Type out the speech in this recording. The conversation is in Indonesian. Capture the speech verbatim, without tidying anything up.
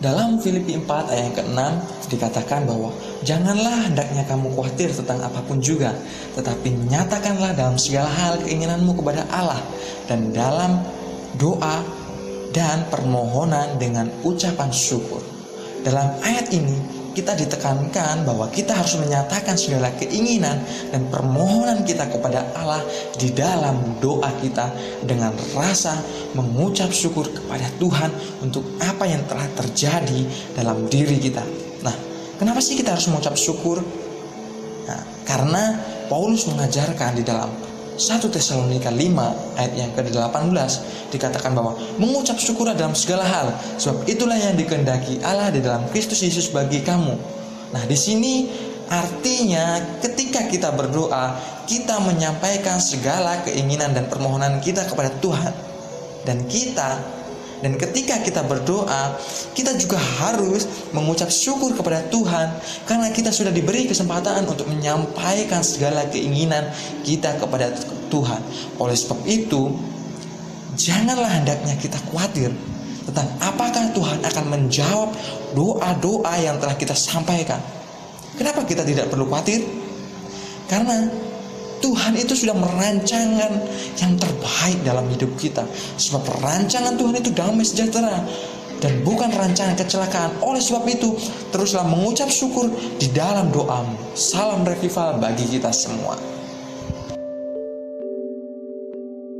Dalam Filipi empat ayat yang keenam dikatakan bahwa janganlah hendaknya kamu khawatir tentang apapun juga, tetapi nyatakanlah dalam segala hal keinginanmu kepada Allah dan dalam doa dan permohonan dengan ucapan syukur. Dalam ayat ini kita ditekankan bahwa kita harus menyatakan segala keinginan dan permohonan kita kepada Allah di dalam doa kita dengan rasa mengucap syukur kepada Tuhan untuk apa yang telah terjadi dalam diri kita. Nah, kenapa sih kita harus mengucap syukur? Nah, karena Paulus mengajarkan di dalam satu Tesalonika lima ayat yang ke delapan belas dikatakan bahwa mengucap syukur dalam segala hal, sebab itulah yang dikehendaki Allah di dalam Kristus Yesus bagi kamu. Nah, di sini artinya ketika kita berdoa, kita menyampaikan segala keinginan dan permohonan kita kepada Tuhan. Dan kita dan ketika kita berdoa, kita juga harus mengucap syukur kepada Tuhan karena kita sudah diberi kesempatan untuk menyampaikan segala keinginan kita kepada Tuhan. Oleh sebab itu, janganlah hendaknya kita khawatir tentang apakah Tuhan akan menjawab doa-doa yang telah kita sampaikan. Kenapa kita tidak perlu khawatir? Karena Tuhan itu sudah merancangkan yang terbaik dalam hidup kita. Sebab rancangan Tuhan itu damai sejahtera dan bukan rancangan kecelakaan. Oleh sebab itu, teruslah mengucap syukur di dalam doamu. Salam revival bagi kita semua.